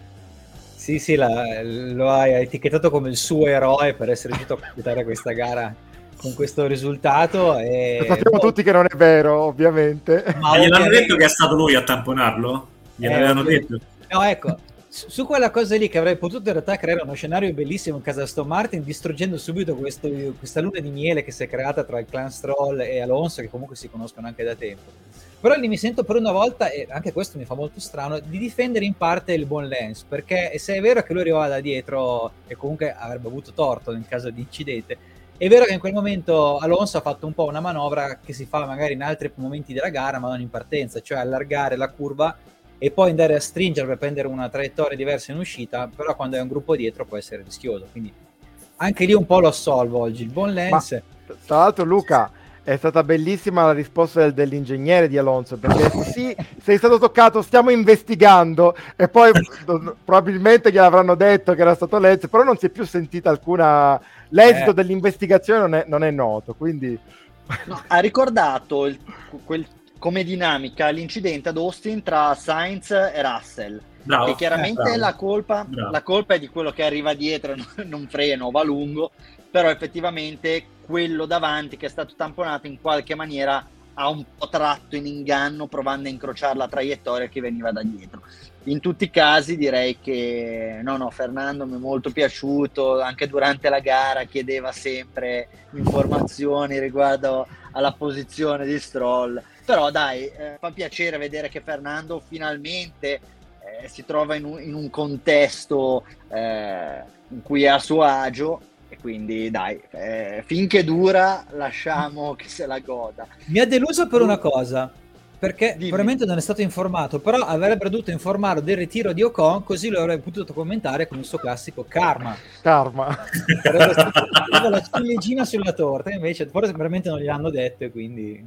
Sì, sì, la, lo hai etichettato come il suo eroe per essere riuscito a completare questa gara con questo risultato. E sappiamo boh, tutti che non è vero, ovviamente. Ma gli hanno detto che è stato lui a tamponarlo? Gliel'avevano eh, detto? No, ecco, su, su quella cosa lì che avrei potuto in realtà creare uno scenario bellissimo in casa Aston Martin, distruggendo subito questo, questa luna di miele che si è creata tra il clan Stroll e Alonso, che comunque si conoscono anche da tempo. Però lì mi sento per una volta, e anche questo mi fa molto strano, di difendere in parte il buon Lance, perché se è vero che lui arrivava da dietro e comunque avrebbe avuto torto in caso di incidente, è vero che in quel momento Alonso ha fatto un po' una manovra che si fa magari in altri momenti della gara, ma non in partenza, cioè allargare la curva e poi andare a stringere per prendere una traiettoria diversa in uscita, però quando hai un gruppo dietro può essere rischioso, quindi anche lì un po' lo assolvo oggi il buon Lance. Ma, tra l'altro Luca, è stata bellissima la risposta del, dell'ingegnere di Alonso, perché sì, sei stato toccato, stiamo investigando, e poi probabilmente gliel'avranno detto che era stato Lance, però non si è più sentita alcuna, l'esito eh. dell'investigazione non è, non è noto, quindi no, ha ricordato il, quel, come dinamica l'incidente ad Austin tra Sainz e Russell. Bravo, che chiaramente eh, la, colpa, la colpa è di quello che arriva dietro, non freno, va lungo, però effettivamente quello davanti che è stato tamponato in qualche maniera ha un po' tratto in inganno provando a incrociare la traiettoria che veniva da dietro. In tutti i casi direi che no no Fernando mi è molto piaciuto, anche durante la gara chiedeva sempre informazioni riguardo alla posizione di Stroll, però dai, eh, fa piacere vedere che Fernando finalmente eh, si trova in un, in un contesto eh, in cui è a suo agio, e quindi dai, eh, finché dura lasciamo che se la goda. Mi ha deluso per una cosa, perché Dimmi. Veramente non è stato informato, però avrebbero dovuto informarlo del ritiro di Ocon, così lo avrebbe potuto commentare con il suo classico karma. Karma. Sarebbe stata la ciliegina sulla torta, invece forse veramente non gliel'hanno detto e quindi...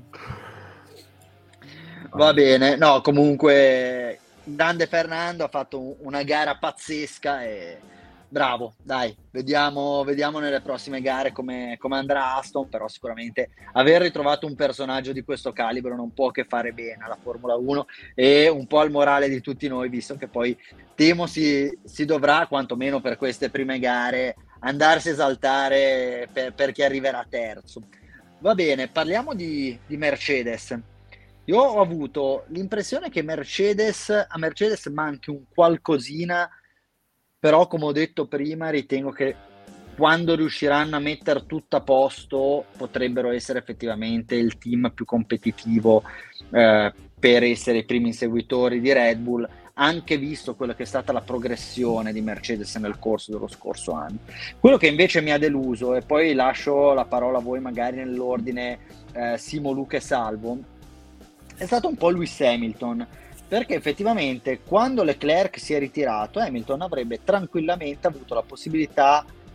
Va bene, no, comunque grande Fernando, ha fatto una gara pazzesca e bravo, dai, vediamo, vediamo nelle prossime gare come, come andrà Aston, però sicuramente aver ritrovato un personaggio di questo calibro non può che fare bene alla Formula uno e un po' al morale di tutti noi, visto che poi temo si, si dovrà, quantomeno per queste prime gare, andarsi a esaltare per, per chi arriverà terzo. Va bene, parliamo di, di Mercedes. Io ho avuto l'impressione che Mercedes, a Mercedes manchi un qualcosina, però come ho detto prima ritengo che quando riusciranno a mettere tutto a posto potrebbero essere effettivamente il team più competitivo eh, per essere i primi inseguitori di Red Bull, anche visto quella che è stata la progressione di Mercedes nel corso dello scorso anno. Quello che invece mi ha deluso, e poi lascio la parola a voi magari nell'ordine eh, Simo, Luca e Salvo, è stato un po' Lewis Hamilton, perché effettivamente quando Leclerc si è ritirato Hamilton avrebbe tranquillamente avuto la possibilità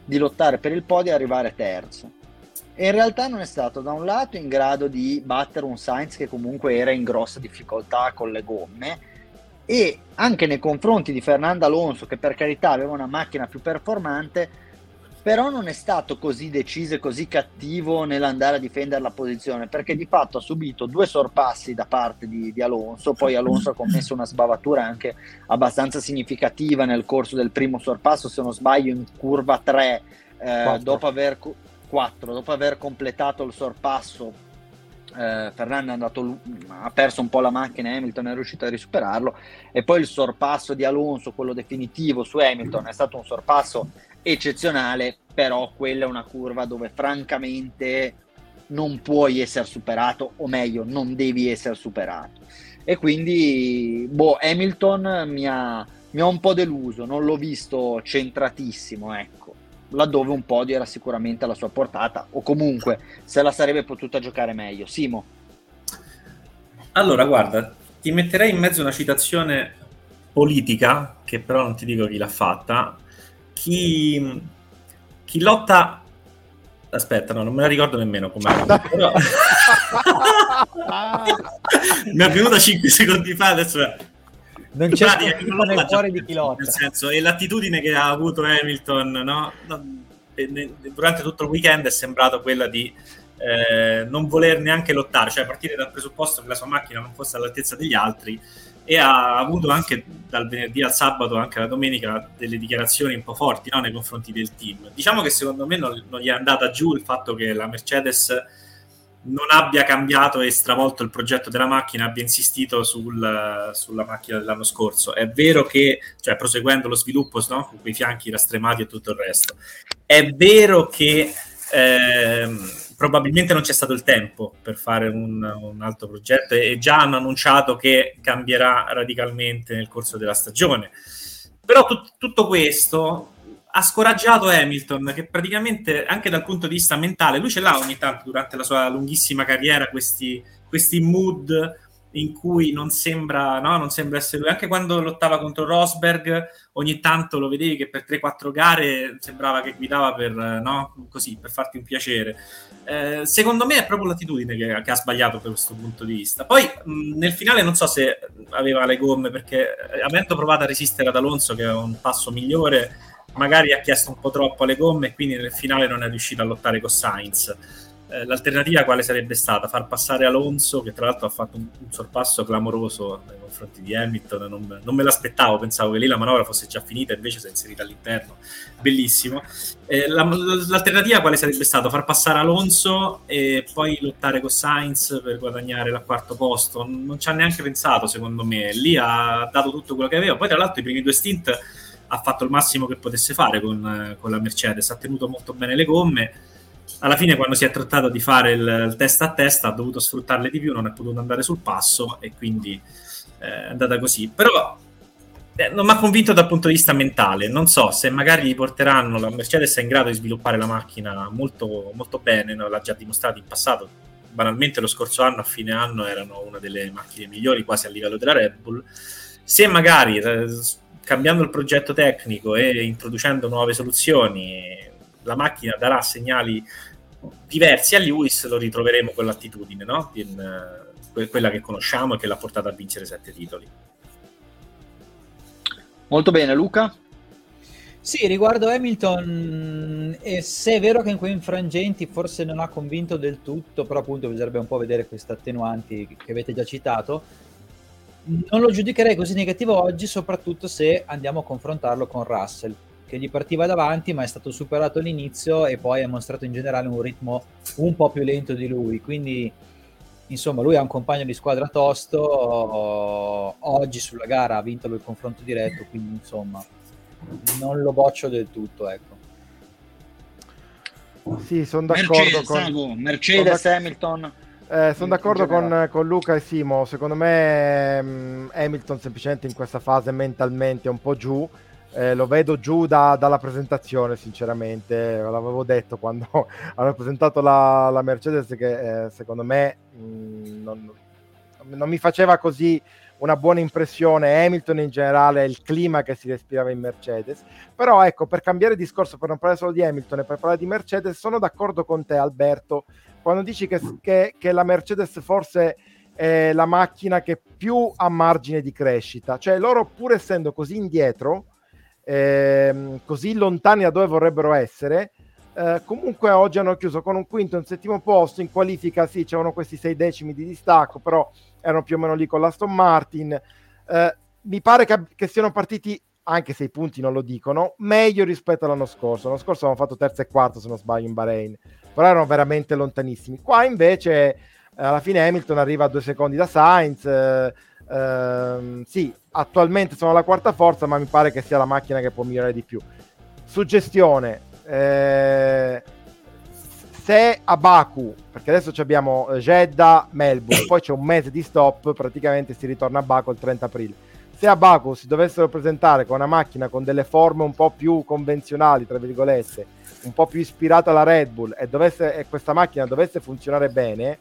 di lottare per il podio e arrivare terzo. E in realtà non è stato da un lato in grado di battere un Sainz che comunque era in grossa difficoltà con le gomme, e anche nei confronti di Fernando Alonso, che per carità aveva una macchina più performante, però non è stato così deciso e così cattivo nell'andare a difendere la posizione, perché di fatto ha subito due sorpassi da parte di, di Alonso. Poi Alonso ha commesso una sbavatura anche abbastanza significativa nel corso del primo sorpasso, se non sbaglio in curva tre, eh, dopo aver quattro, dopo aver completato il sorpasso, eh, Fernando è andato, ha perso un po' la macchina, Hamilton è riuscito a risuperarlo, e poi il sorpasso di Alonso, quello definitivo su Hamilton, è stato un sorpasso eccezionale, però quella è una curva dove francamente non puoi essere superato, o meglio non devi essere superato, e quindi boh, Hamilton mi ha, mi ha un po' deluso, non l'ho visto centratissimo, ecco, laddove un podio era sicuramente alla sua portata, o comunque se la sarebbe potuta giocare meglio. Simo? Allora guarda, ti metterei in mezzo una citazione politica, che però non ti dico chi l'ha fatta. Chi, chi lotta, aspetta, no, non me la ricordo nemmeno com'è, però mi è venuta cinque secondi fa, adesso non c'è pratica, nel cuore di chi lotta, nel senso, e l'attitudine che ha avuto Hamilton, no? Durante tutto il weekend è sembrato quella di eh, non voler neanche lottare, cioè partire dal presupposto che la sua macchina non fosse all'altezza degli altri, e ha avuto anche dal venerdì al sabato, anche la domenica, delle dichiarazioni un po' forti, no, nei confronti del team. Diciamo che secondo me non, non gli è andata giù il fatto che la Mercedes non abbia cambiato e stravolto il progetto della macchina, abbia insistito sul, sulla macchina dell'anno scorso. È vero che, cioè proseguendo lo sviluppo, no, con quei fianchi rastremati e tutto il resto, è vero che ehm, probabilmente non c'è stato il tempo per fare un, un altro progetto, e già hanno annunciato che cambierà radicalmente nel corso della stagione. Però tut, tutto questo ha scoraggiato Hamilton, che praticamente anche dal punto di vista mentale, lui ce l'ha ogni tanto durante la sua lunghissima carriera, questi, questi mood in cui non sembra, no, non sembra essere lui. Anche quando lottava contro Rosberg, ogni tanto lo vedevi che per tre quattro gare sembrava che guidava per, no, così, per farti un piacere. Eh, secondo me è proprio l'attitudine che, che ha sbagliato per questo punto di vista. Poi mh, nel finale non so se aveva le gomme, perché eh, avendo provato a resistere ad Alonso, che è un passo migliore, magari ha chiesto un po' troppo alle gomme e quindi nel finale non è riuscito a lottare con Sainz. Eh, l'alternativa quale sarebbe stata? Far passare Alonso, che tra l'altro ha fatto un, un sorpasso clamoroso nei confronti di Hamilton. Non, non me l'aspettavo, pensavo che lì la manovra fosse già finita, invece si è inserita all'interno, bellissimo. Eh, la, l'alternativa quale sarebbe stato? Far passare Alonso e poi lottare con Sainz per guadagnare il quarto posto. Non, non ci ha neanche pensato, secondo me. Lì ha dato tutto quello che aveva. Poi tra l'altro i primi due stint ha fatto il massimo che potesse fare con, con la Mercedes, ha tenuto molto bene le gomme. Alla fine, quando si è trattato di fare il, il testa a testa, ha dovuto sfruttarle di più, non è potuto andare sul passo, e quindi eh, è andata così. Però eh, non mi ha convinto dal punto di vista mentale. Non so se magari gli porteranno, la Mercedes è in grado di sviluppare la macchina molto, molto bene, no? L'ha già dimostrato in passato. Banalmente lo scorso anno, a fine anno, erano una delle macchine migliori, quasi a livello della Red Bull. Se magari eh, cambiando il progetto tecnico e introducendo nuove soluzioni, la macchina darà segnali diversi a Lewis, lo ritroveremo con l'attitudine, no? In, uh, quella che conosciamo e che l'ha portata a vincere sette titoli. Molto bene, Luca? Sì, riguardo Hamilton, e se è vero che in quei infrangenti forse non ha convinto del tutto, però appunto bisognerebbe un po' vedere queste attenuanti che avete già citato. Non lo giudicherei così negativo oggi, soprattutto se andiamo a confrontarlo con Russell, che gli partiva davanti ma è stato superato all'inizio e poi ha mostrato in generale un ritmo un po' più lento di lui, quindi insomma lui ha un compagno di squadra tosto. Oggi sulla gara ha vinto il confronto diretto, quindi insomma non lo boccio del tutto, ecco. Sì, sono d'accordo. Mercedes, con Sago, Mercedes, sono Hamilton. Eh, sono d'accordo con, con Luca e Simo. Secondo me um, Hamilton semplicemente in questa fase mentalmente è un po' giù. Eh, lo vedo giù da, dalla presentazione, sinceramente. L'avevo detto quando hanno presentato la, la Mercedes che eh, secondo me mh, non, non mi faceva così una buona impressione Hamilton in generale, il clima che si respirava in Mercedes. Però ecco, per cambiare discorso, per non parlare solo di Hamilton e per parlare di Mercedes, sono d'accordo con te Alberto quando dici che, che, che la Mercedes forse è la macchina che più ha margine di crescita, cioè loro pur essendo così indietro, ehm, così lontani da dove vorrebbero essere, eh, comunque oggi hanno chiuso con un quinto e un settimo posto. In qualifica sì, c'erano questi sei decimi di distacco, però erano più o meno lì con l'Aston Martin. Eh, mi pare che, che siano partiti, anche se i punti non lo dicono, meglio rispetto all'anno scorso. L'anno scorso avevano fatto terzo e quarto, se non sbaglio, in Bahrain, però erano veramente lontanissimi. Qua invece alla fine Hamilton arriva a due secondi da Sainz. eh, ehm, sì, attualmente sono la quarta forza, ma mi pare che sia la macchina che può migliorare di più. Suggestione, eh, se a Baku, perché adesso abbiamo Jeddah, Melbourne, poi c'è un mese di stop, praticamente si ritorna a Baku il trenta aprile. Se a Baku si dovessero presentare con una macchina con delle forme un po' più convenzionali, tra virgolette, un po' più ispirata alla Red Bull, e, dovesse, e questa macchina dovesse funzionare bene,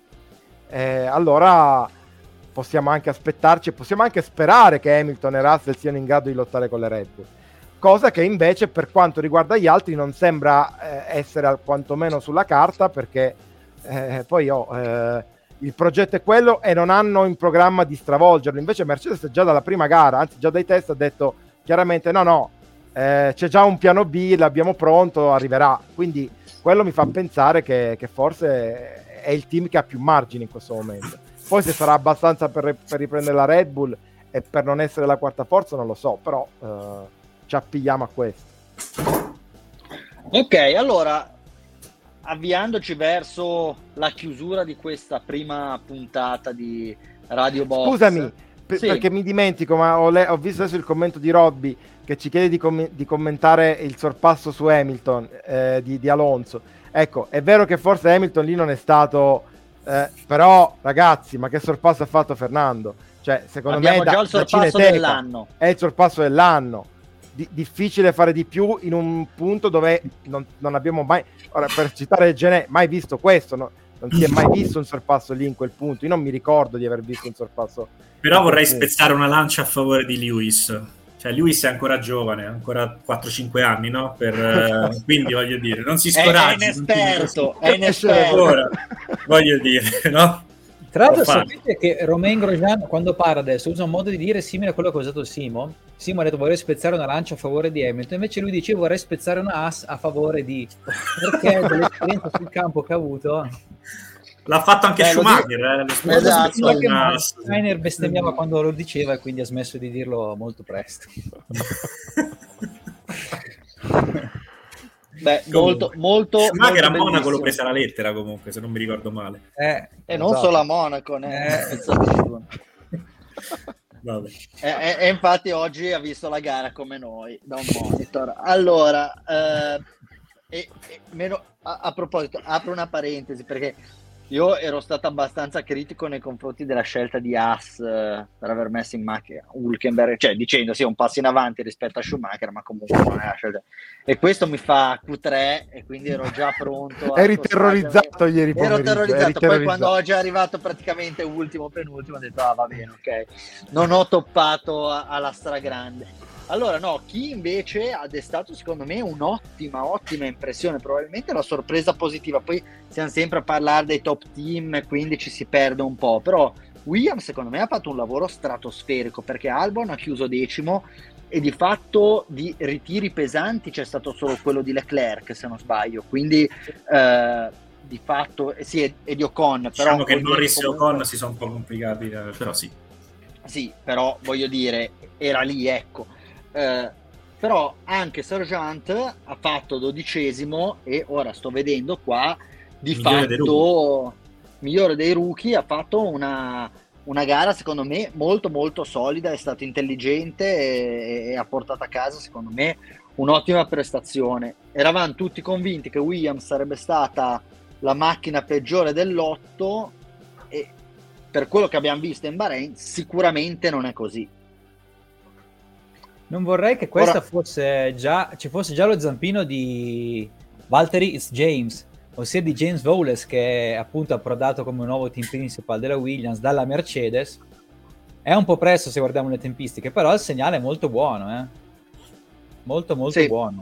eh, allora possiamo anche aspettarci e possiamo anche sperare che Hamilton e Russell siano in grado di lottare con le Red Bull, cosa che invece per quanto riguarda gli altri non sembra eh, essere al quantomeno sulla carta, perché eh, poi oh, eh, il progetto è quello e non hanno in programma di stravolgerlo. Invece Mercedes già dalla prima gara, anzi già dai test, ha detto chiaramente no no, eh, c'è già un piano B, l'abbiamo pronto, arriverà. Quindi quello mi fa pensare che, che forse è il team che ha più margini in questo momento. Poi se sarà abbastanza per, per riprendere la Red Bull e per non essere la quarta forza non lo so, però eh, ci appigliamo a questo. Ok, allora avviandoci verso la chiusura di questa prima puntata di Radio Box. Scusami, per, sì. perché mi dimentico, ma ho, le- ho visto adesso il commento di Robby che ci chiede di, com- di commentare il sorpasso su Hamilton eh, di, di Alonso. Ecco, è vero che forse Hamilton lì non è stato, eh, però ragazzi, ma che sorpasso ha fatto Fernando? Cioè, secondo Abbiamo me da, già il da sorpasso Cineteca dell'anno. è il sorpasso dell'anno. Di- difficile fare di più in un punto dove non, non abbiamo mai, ora per citare il Genè, mai visto questo, no? Non si è mai visto un sorpasso lì in quel punto. Io non mi ricordo di aver visto un sorpasso. Però vorrei spezzare una lancia a favore di Lewis. Cioè Lewis è ancora giovane, ancora quattro cinque anni, no? Per, eh, quindi voglio dire, non si scoraggi. È inesperto, è inesperto. Ora, voglio dire, no? Tra l'altro sapete che Romain Grosjean quando parla adesso usa un modo di dire simile a quello che ha usato Simo. Simo ha detto vorrei spezzare una lancia a favore di Hamilton, invece lui dice vorrei spezzare una as a favore di, perché dell'esperienza sul campo che ha avuto l'ha fatto anche eh, Schumacher, lo eh, esatto, che Steiner bestemmiava quando lo diceva e quindi ha smesso di dirlo molto presto. Beh, molto, molto. Schumacher a Monaco bellissimo. l'ho presa la lettera comunque, se non mi ricordo male. Eh, e non esatto. solo a Monaco, né? Eh. Vabbè. E, e, e infatti oggi ha visto la gara come noi da un monitor. Allora, eh, e, e meno, a, a proposito, apro una parentesi perché io ero stato abbastanza critico nei confronti della scelta di Haas eh, per aver messo in macchina Hülkenberg, cioè dicendo sì, un passo in avanti rispetto a Schumacher, ma comunque non è la scelta. E questo mi fa Q tre e quindi ero già pronto. Eri terrorizzato ieri pomeriggio. Ero terrorizzato, eri poi terrorizzato. quando oggi è arrivato praticamente ultimo, penultimo, ho detto ah va bene, ok. Non ho toppato a, alla stragrande. Allora no, chi invece ha destato secondo me un'ottima, ottima impressione, probabilmente la sorpresa positiva, poi siamo sempre a parlare dei top team, quindi ci si perde un po', però Williams secondo me ha fatto un lavoro stratosferico, perché Albon ha chiuso decimo e di fatto di ritiri pesanti c'è stato solo quello di Leclerc se non sbaglio, quindi eh, di fatto, sì, e, e di Ocon. Diciamo però che Norris e comunque... Ocon si sono un po' complicati, però sì. Sì, però voglio dire, era lì, ecco. Eh, però anche Sargent ha fatto dodicesimo e ora sto vedendo qua di migliore fatto dei migliore dei rookie, ha fatto una, una gara secondo me molto molto solida, è stato intelligente e, e ha portato a casa secondo me un'ottima prestazione. Eravamo tutti convinti che Williams sarebbe stata la macchina peggiore dell'otto e per quello che abbiamo visto in Bahrain sicuramente non è così. Non vorrei che questa Ora... fosse già, ci fosse già lo zampino di Valtteri James, ossia di James Vowles, che è appunto approdato come nuovo team principal della Williams dalla Mercedes, È un po' presto se guardiamo le tempistiche, però il segnale è molto buono, eh? Molto molto sì. buono.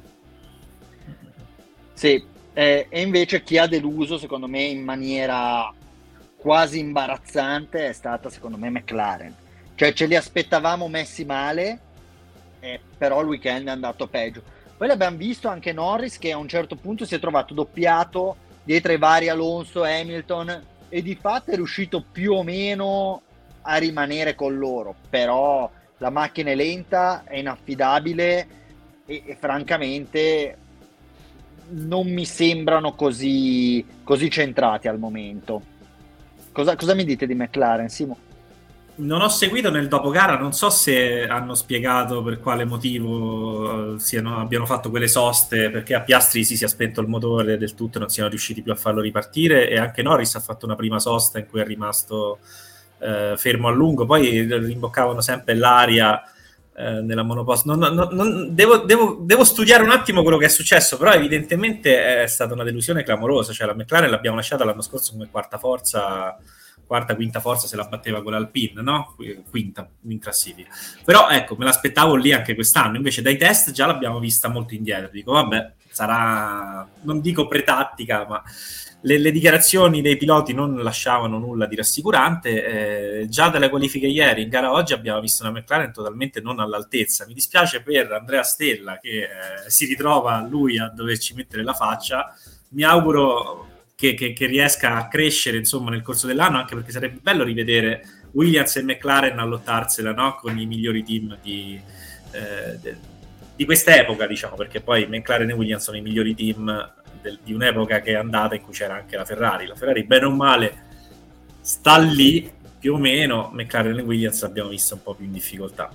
Sì, eh, e invece chi ha deluso secondo me in maniera quasi imbarazzante è stata secondo me McLaren. Cioè ce li aspettavamo messi male, eh, però il weekend è andato peggio. Poi l'abbiamo visto anche Norris che a un certo punto si è trovato doppiato dietro i vari Alonso, Hamilton, e di fatto è riuscito più o meno a rimanere con loro, però la macchina è lenta, è inaffidabile e, e francamente non mi sembrano così, così centrati al momento. Cosa, cosa mi dite di McLaren, Simo? Non ho seguito nel dopogara, non so se hanno spiegato per quale motivo siano, abbiano fatto quelle soste, perché a Piastri sì, si è spento il motore del tutto e non siano riusciti più a farlo ripartire, e anche Norris ha fatto una prima sosta in cui è rimasto eh, fermo a lungo, poi rimboccavano sempre l'aria eh, nella monoposto. Non, non, non, devo, devo, devo studiare un attimo quello che è successo, però evidentemente è stata una delusione clamorosa, cioè la McLaren l'abbiamo lasciata l'anno scorso come quarta forza, quarta, quinta forza se la batteva con l'Alpine, no? Quinta in classifica. Però ecco, me l'aspettavo lì anche quest'anno, invece dai test già l'abbiamo vista molto indietro. Dico, vabbè, sarà, non dico pretattica, ma le, le dichiarazioni dei piloti non lasciavano nulla di rassicurante. Eh, già dalle qualifiche ieri, in gara oggi, abbiamo visto una McLaren totalmente non all'altezza. Mi dispiace per Andrea Stella, che eh, si ritrova lui a doverci mettere la faccia. Mi auguro Che, che, che riesca a crescere insomma nel corso dell'anno, anche perché sarebbe bello rivedere Williams e McLaren a lottarsela, no? Con i migliori team di, eh, de, di quest'epoca, diciamo, perché poi McLaren e Williams sono i migliori team del, di un'epoca che è andata in cui c'era anche la Ferrari. La Ferrari bene o male sta lì più o meno, McLaren e Williams l'abbiamo visto un po' più in difficoltà.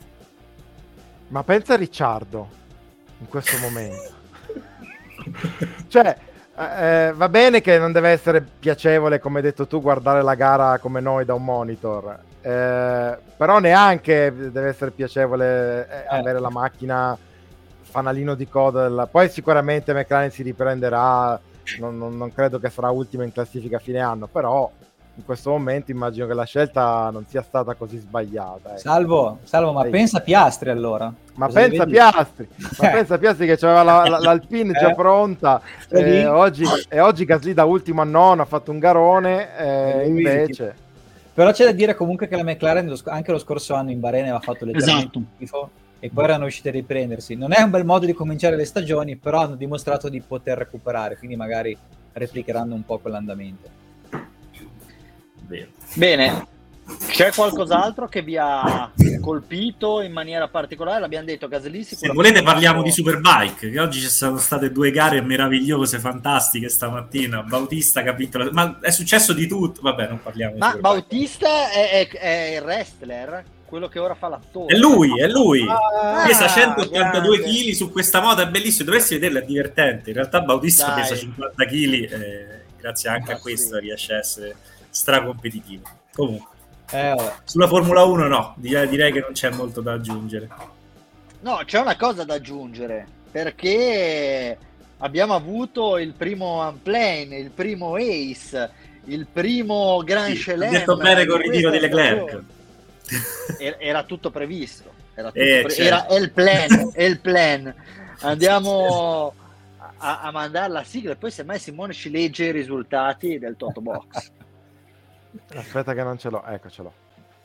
Ma pensa a Ricciardo in questo momento. Cioè Eh, va bene che non deve essere piacevole, come hai detto tu, guardare la gara come noi da un monitor, eh, però neanche deve essere piacevole eh, avere la macchina fanalino di coda della... Poi sicuramente McLaren si riprenderà, non, non, non credo che sarà ultima in classifica a fine anno, però in questo momento immagino che la scelta non sia stata così sbagliata. Eh. Salvo, Salvo, ma Ehi. pensa a Piastri allora. Ma Cosa pensa a Piastri, ma pensa a Piastri che c'aveva la, la, l'Alpine già Eh. pronta, eh, oggi, e oggi Gasly da ultimo a nono ha fatto un garone, eh, Lui- invece... Però c'è da dire comunque che la McLaren lo sc- anche lo scorso anno in Bahrain aveva fatto letteralmente Esatto. schifo e poi erano riusciti a riprendersi. Non è un bel modo di cominciare le stagioni, però hanno dimostrato di poter recuperare, quindi magari replicheranno un po' quell'andamento. Vero. Bene, c'è qualcos'altro che vi ha colpito in maniera particolare? L'abbiamo detto, Gasly Se sicuramente... volete parliamo di Superbike, che oggi ci sono state due gare meravigliose, fantastiche stamattina. Bautista che ha vinto la... ma è successo di tutto, vabbè, non parliamo di Ma Superbike. Bautista è, è- è il wrestler, quello che ora fa l'attore. È lui, è lui. Ah, Pesa centottantadue grande. chili su questa moto, è bellissimo, dovresti vederlo, è divertente. In realtà Bautista Dai. pesa cinquanta chili, eh, grazie anche Ma a questo sì. riesce a essere stracompetitivo. Comunque, Eh, vabbè. sulla Formula uno no, direi, direi che non c'è molto da aggiungere. No, c'è una cosa da aggiungere, perché abbiamo avuto il primo unplane, il primo ace, il primo Grand Sì, Chelem. ho detto bene con il di ritiro di questa Leclerc. stagione. Era, era tutto previsto, era, tutto Eh, pre- certo. era è il plan, è il plan. Andiamo a, a mandare la sigla e poi semmai Simone ci legge i risultati del Toto Box. Aspetta che non ce l'ho, ecco ce l'ho.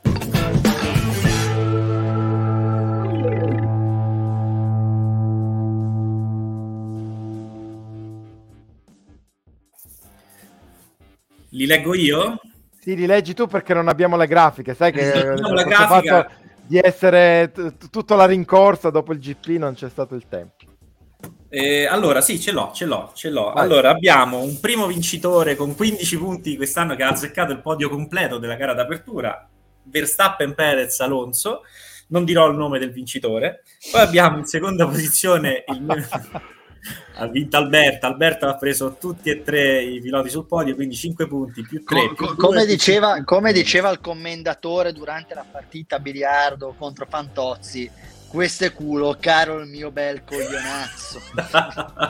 Li leggo io? Sì, li leggi tu perché non abbiamo le grafiche, sai che Non abbiamo la questo grafica. fatto di essere t- tutta la rincorsa dopo il G P non c'è stato il tempo. Eh, allora, sì, ce l'ho, ce l'ho, ce l'ho. Vai. Allora, abbiamo un primo vincitore con quindici punti quest'anno che ha azzeccato il podio completo della gara d'apertura, Verstappen, Perez, Alonso. Non dirò il nome del vincitore. Poi abbiamo in seconda posizione il... ha vinto Alberto. Alberto ha preso tutti e tre i piloti sul podio, quindi cinque punti più tre. Co- più co- due, come, più diceva, cinque. come diceva il commendatore durante la partita a biliardo contro Fantozzi, questo è culo, caro il mio bel coglionazzo.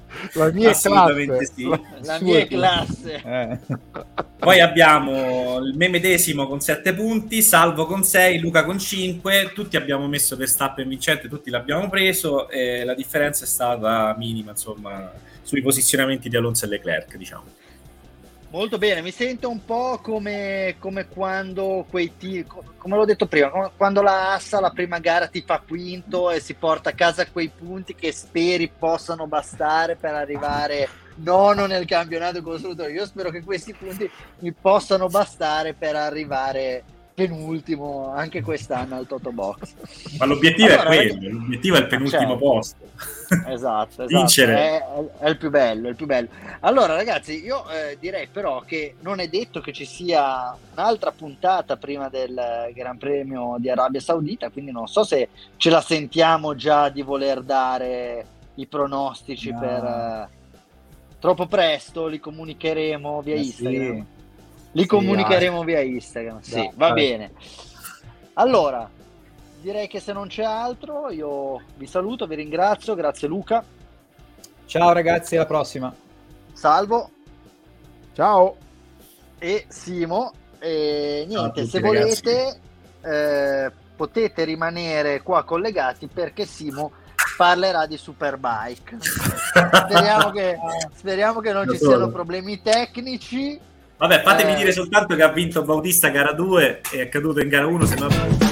La mia Assolutamente classe. sì. La, La sua mia classe. classe. Eh. Poi abbiamo il me medesimo con sette punti, Salvo con sei, Luca con cinque, tutti abbiamo messo Verstappen vincente, tutti l'abbiamo preso e la differenza è stata minima, insomma, sui posizionamenti di Alonso e Leclerc, diciamo. Molto bene, mi sento un po' come, come quando quei team, come l'ho detto prima, come quando la Assa la prima gara ti fa quinto e si porta a casa quei punti che speri possano bastare per arrivare nono nel campionato costruttore. Io spero che questi punti mi possano bastare per arrivare penultimo anche quest'anno al Toto Box. Ma l'obiettivo Allora, è quello, ragazzi, l'obiettivo è il penultimo certo. posto. Esatto, esatto. Vincere. È, è il più bello, è il più bello. Allora ragazzi, io eh, direi però che non è detto che ci sia un'altra puntata prima del Gran Premio di Arabia Saudita, quindi non so se ce la sentiamo già di voler dare i pronostici No. per eh, troppo presto, li comunicheremo via Eh, Instagram. sì. Li Sì, comunicheremo via Instagram. Sì, Dai, va dai. bene. Allora, direi che se non c'è altro, io vi saluto, vi ringrazio, grazie Luca, Ciao ragazzi, alla prossima. Salvo Ciao. e Simo. E Ciao a niente, tutti, se ragazzi. volete eh, potete rimanere qua collegati perché Simo parlerà di Superbike. Speriamo che, speriamo che non Da ci solo. siano problemi tecnici. Vabbè, fatemi Eh, dire soltanto che ha vinto Bautista gara due e è caduto in gara uno, se no